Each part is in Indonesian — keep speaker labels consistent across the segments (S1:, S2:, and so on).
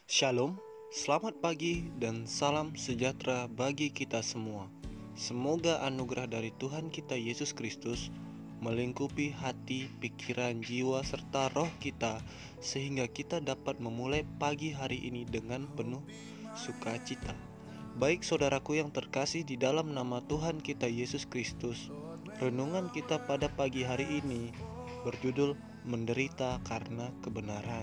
S1: Shalom, selamat pagi dan salam sejahtera bagi kita semua. Semoga anugerah dari Tuhan kita Yesus Kristus melingkupi hati, pikiran, jiwa, serta roh kita sehingga kita dapat memulai pagi hari ini dengan penuh sukacita. Baik saudaraku yang terkasih di dalam nama Tuhan kita Yesus Kristus, renungan kita pada pagi hari ini berjudul Menderita Karena Kebenaran.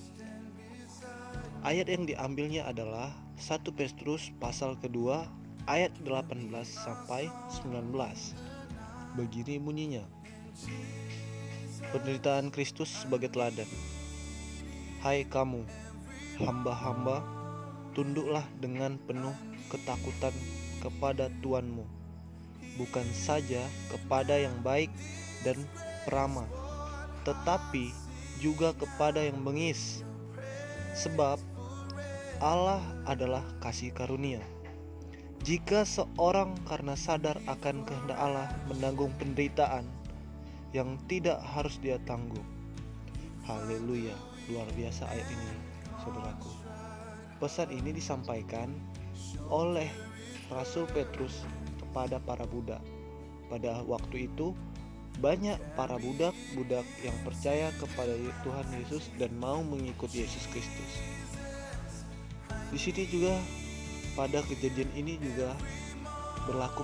S1: Ayat yang diambilnya adalah 1 Petrus pasal kedua ayat 18 sampai 19. Begini bunyinya. Penderitaan Kristus sebagai teladan. Hai kamu, hamba-hamba, tunduklah dengan penuh ketakutan kepada Tuanmu, bukan saja kepada yang baik dan peramah, tetapi juga kepada yang bengis. Sebab Allah adalah kasih karunia. Jika seorang karena sadar akan kehendak Allah menanggung penderitaan yang tidak harus dia tanggung. Haleluya, luar biasa ayat ini, saudaraku. Pesan ini disampaikan oleh Rasul Petrus kepada para budak. Pada waktu itu banyak para budak-budak yang percaya kepada Tuhan Yesus dan mau mengikuti Yesus Kristus. Di sini juga pada kejadian ini juga berlaku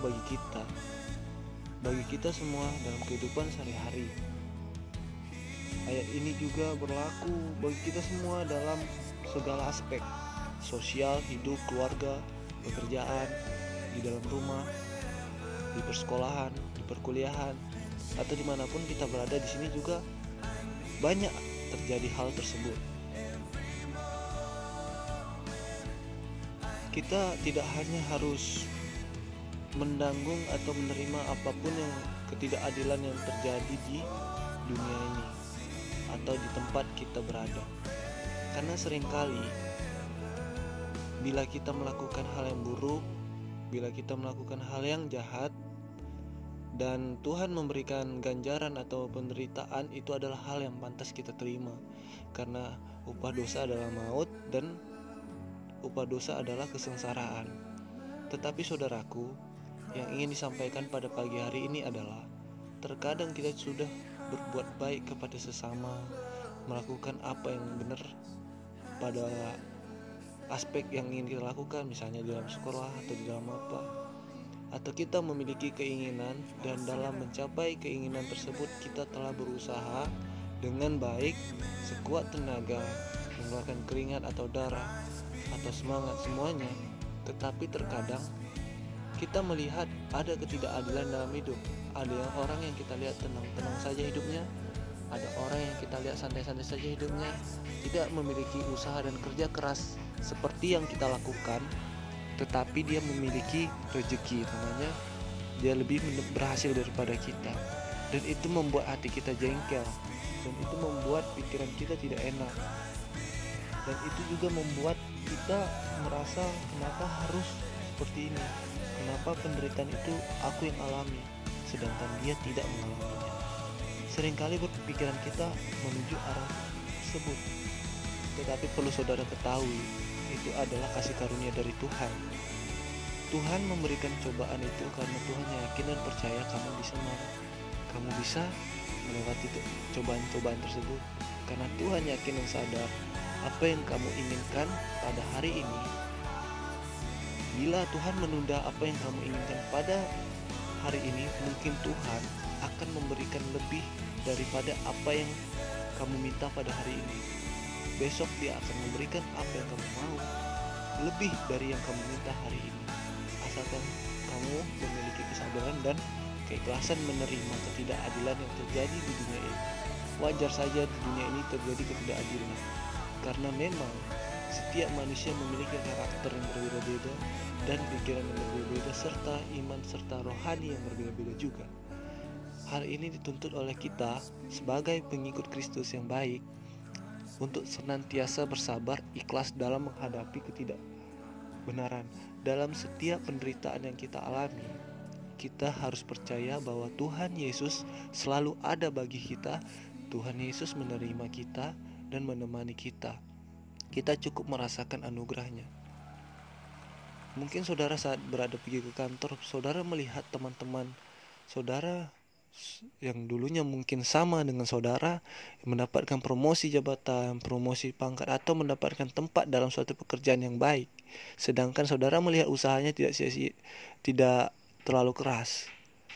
S1: bagi kita semua dalam kehidupan sehari-hari. Ayat ini juga berlaku bagi kita semua dalam segala aspek sosial, hidup, keluarga, pekerjaan, di dalam rumah, di persekolahan, di perkuliahan, atau dimanapun kita berada. Di sini juga banyak terjadi hal tersebut. Kita tidak hanya harus menanggung atau menerima apapun yang ketidakadilan yang terjadi di dunia ini atau di tempat kita berada. Karena seringkali bila kita melakukan hal yang buruk, bila kita melakukan hal yang jahat, dan Tuhan memberikan ganjaran atau penderitaan, itu adalah hal yang pantas kita terima. Karena upah dosa adalah maut dan upah dosa adalah kesengsaraan. Tetapi saudaraku, yang ingin disampaikan pada pagi hari ini adalah terkadang kita sudah berbuat baik kepada sesama, melakukan apa yang benar pada aspek yang ingin kita lakukan, misalnya di dalam sekolah atau di dalam apa, atau kita memiliki keinginan dan dalam mencapai keinginan tersebut kita telah berusaha dengan baik, sekuat tenaga, mengeluarkan keringat atau darah atau semangat semuanya. Tetapi terkadang kita melihat ada ketidakadilan dalam hidup. Ada yang orang yang kita lihat tenang-tenang saja hidupnya, ada orang yang kita lihat santai-santai saja hidupnya, tidak memiliki usaha dan kerja keras seperti yang kita lakukan, tetapi dia memiliki rezeki, namanya dia lebih berhasil daripada kita. Dan itu membuat hati kita jengkel, dan itu membuat pikiran kita tidak enak, dan itu juga membuat kita merasa kenapa harus seperti ini, kenapa penderitaan itu aku yang alami sedangkan dia tidak mengalaminya. Seringkali berpikiran kita menuju arah tersebut, tetapi perlu saudara ketahui, itu adalah kasih karunia dari Tuhan. Tuhan memberikan cobaan itu karena Tuhan yakin dan percaya kamu bisa melewati cobaan-cobaan tersebut. Karena Tuhan yakin dan sadar apa yang kamu inginkan pada hari ini. Bila Tuhan menunda apa yang kamu inginkan pada hari ini, mungkin Tuhan akan memberikan lebih daripada apa yang kamu minta pada hari ini. Besok dia akan memberikan apa yang kamu mau, lebih dari yang kamu minta hari ini, asalkan kamu memiliki kesabaran dan keikhlasan menerima ketidakadilan yang terjadi di dunia ini. Wajar saja di dunia ini terjadi ketidakadilan, karena memang setiap manusia memiliki karakter yang berbeda-beda dan pikiran yang berbeda-beda, serta iman serta rohani yang berbeda-beda juga. Hal ini dituntut oleh kita sebagai pengikut Kristus yang baik untuk senantiasa bersabar, ikhlas dalam menghadapi ketidakbenaran. Dalam setiap penderitaan yang kita alami, kita harus percaya bahwa Tuhan Yesus selalu ada bagi kita. Tuhan Yesus menerima kita dan menemani kita. kita cukup merasakan anugerahnya. Mungkin saudara saat berada pergi ke kantor, saudara melihat teman-teman saudara yang dulunya mungkin sama dengan saudara mendapatkan promosi jabatan, promosi pangkat, atau mendapatkan tempat dalam suatu pekerjaan yang baik. Sedangkan saudara melihat usahanya tidak terlalu keras.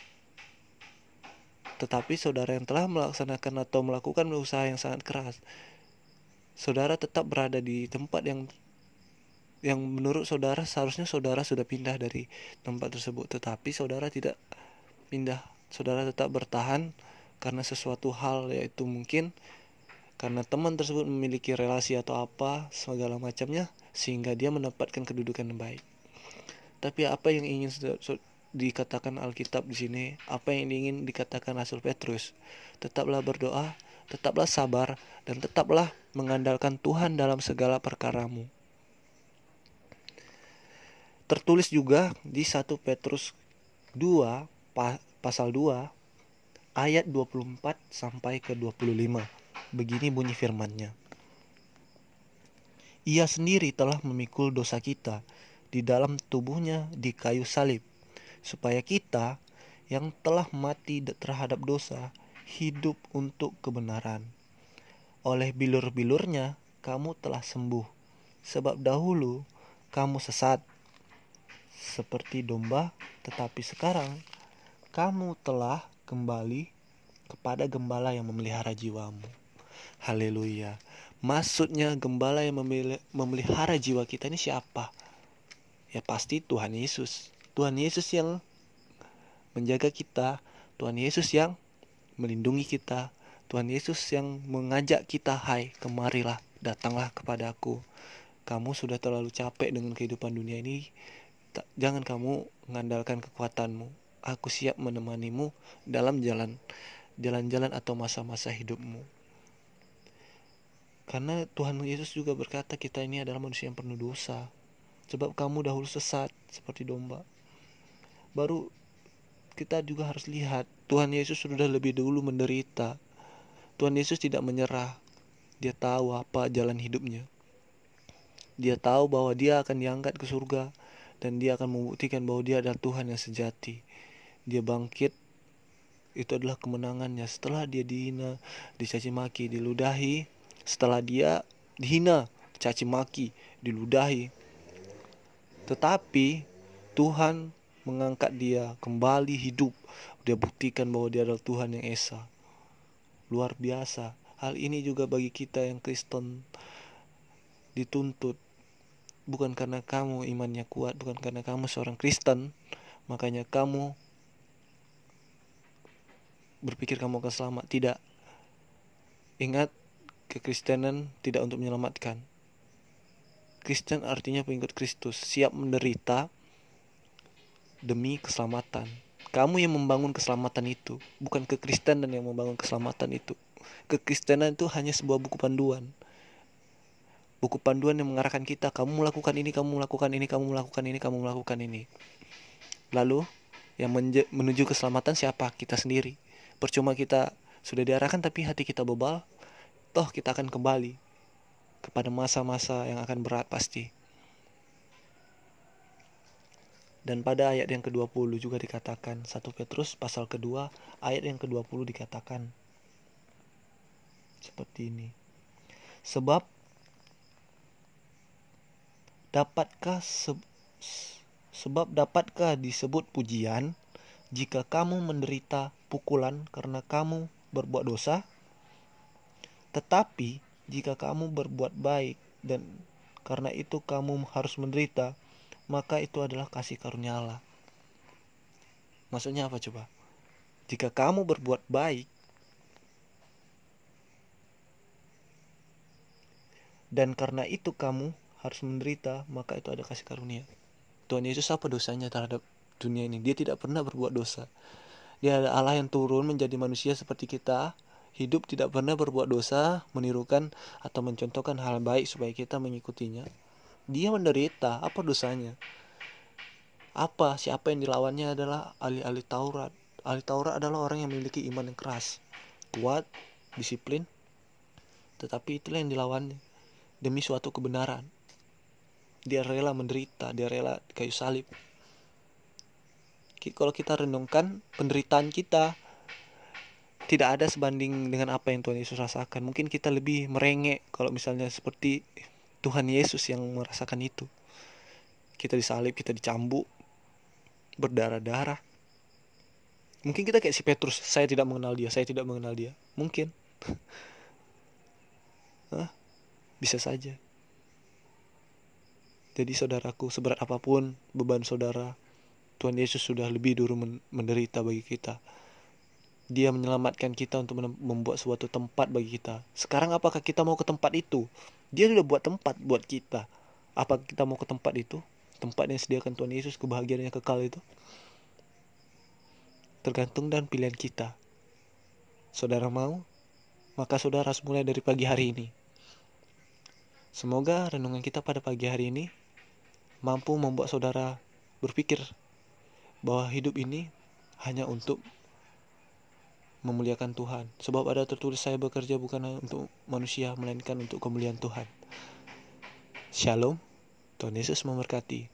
S1: Tetapi saudara yang telah melaksanakan atau melakukan usaha yang sangat keras, saudara tetap berada di tempat yang menurut saudara seharusnya saudara sudah pindah dari tempat tersebut, tetapi saudara tidak pindah. Saudara tetap bertahan karena sesuatu hal, yaitu mungkin karena teman tersebut memiliki relasi atau apa segala macamnya sehingga dia mendapatkan kedudukan yang baik. Tapi apa yang ingin dikatakan Alkitab di sini, apa yang ingin dikatakan Rasul Petrus, tetaplah berdoa, tetaplah sabar, dan tetaplah mengandalkan Tuhan dalam segala perkaramu. Tertulis juga di 1 Petrus 2 pasal 2 ayat 24 sampai ke 25. Begini bunyi firman-Nya. Ia sendiri telah memikul dosa kita di dalam tubuhnya di kayu salib, supaya kita yang telah mati terhadap dosa hidup untuk kebenaran. Oleh bilur-bilurnya kamu telah sembuh, sebab dahulu kamu sesat seperti domba, tetapi sekarang kamu telah kembali kepada gembala yang memelihara jiwamu. Haleluya. Maksudnya gembala yang memelihara jiwa kita ini siapa? Ya pasti Tuhan Yesus. Tuhan Yesus yang menjaga kita, Tuhan Yesus yang melindungi kita, Tuhan Yesus yang mengajak kita, hai kemarilah, datanglah kepadaku. Kamu sudah terlalu capek dengan kehidupan dunia ini. Jangan kamu mengandalkan kekuatanmu. Aku siap menemanimu dalam jalan-jalan atau masa-masa hidupmu. Karena Tuhan Yesus juga berkata kita ini adalah manusia yang penuh dosa. Sebab kamu dahulu sesat seperti domba. Baru kita juga harus lihat Tuhan Yesus sudah lebih dulu menderita. Tuhan Yesus tidak menyerah. Dia tahu apa jalan hidupnya. Dia tahu bahwa dia akan diangkat ke surga. Dan dia akan membuktikan bahwa dia adalah Tuhan yang sejati. Dia bangkit. Itu adalah kemenangannya. Setelah dia dihina, dicaci maki, diludahi. Setelah dia dihina, dicaci maki, diludahi. Tetapi Tuhan mengangkat dia kembali hidup. Dia buktikan bahwa dia adalah Tuhan yang esa. Luar biasa. Hal ini juga bagi kita yang Kristen dituntut. Bukan karena kamu imannya kuat, bukan karena kamu seorang Kristen, makanya kamu berpikir kamu akan selamat. Tidak. Ingat, kekristenan tidak untuk menyelamatkan. Kristen artinya pengikut Kristus, siap menderita demi keselamatan. Kamu yang membangun keselamatan itu, bukan kekristenan yang membangun keselamatan itu. Kekristenan itu hanya sebuah buku panduan. Buku panduan yang mengarahkan kita, kamu melakukan ini, kamu melakukan ini, kamu melakukan ini, kamu melakukan ini. Lalu yang menuju keselamatan siapa? Kita sendiri. Percuma kita sudah diarahkan tapi hati kita bebal, toh kita akan kembali kepada masa-masa yang akan berat pasti. Dan pada ayat yang ke-20 juga dikatakan, 1 Petrus pasal kedua ayat yang ke-20 dikatakan seperti ini. Sebab dapatkah disebut pujian jika kamu menderita pukulan karena kamu berbuat dosa? Tetapi jika kamu berbuat baik dan karena itu kamu harus menderita, maka itu adalah kasih karunia Allah. Maksudnya apa coba? Jika kamu berbuat baik dan karena itu kamu harus menderita, maka itu ada kasih karunia. Tuhan Yesus apa dosanya terhadap dunia ini? Dia tidak pernah berbuat dosa. Dia adalah Allah yang turun menjadi manusia seperti kita, hidup tidak pernah berbuat dosa, menirukan atau mencontohkan hal baik supaya kita mengikutinya. Dia menderita, apa dosanya? Siapa yang dilawannya adalah ahli-ahli Taurat. Ahli Taurat adalah orang yang memiliki iman yang keras, kuat, disiplin. Tetapi itulah yang dilawannya. demi suatu kebenaran. Dia rela menderita, dia rela kayu salib. Kalau kita renungkan, penderitaan kita tidak ada sebanding dengan apa yang Tuhan Yesus rasakan. Mungkin kita lebih merengek kalau misalnya seperti Tuhan Yesus yang merasakan itu. Kita disalib, kita dicambuk, berdarah-darah. Mungkin kita kayak si Petrus, saya tidak mengenal dia, saya tidak mengenal dia. Mungkin. Bisa saja. Jadi saudaraku, seberat apapun beban saudara, Tuhan Yesus sudah lebih dulu menderita bagi kita. Dia menyelamatkan kita untuk membuat suatu tempat bagi kita. Sekarang apakah kita mau ke tempat itu? Dia sudah buat tempat buat kita. Apa kita mau ke tempat itu? Tempat yang disediakan Tuhan Yesus, kebahagiaan yang kekal itu? Tergantung dan pilihan kita. Saudara mau? Maka saudara harus mulai dari pagi hari ini. Semoga renungan kita pada pagi hari ini mampu membuat saudara berpikir bahwa hidup ini hanya untuk memuliakan Tuhan. Sebab ada tertulis, saya bekerja bukan untuk manusia, melainkan untuk kemuliaan Tuhan. Shalom, Tuhan Yesus memberkati.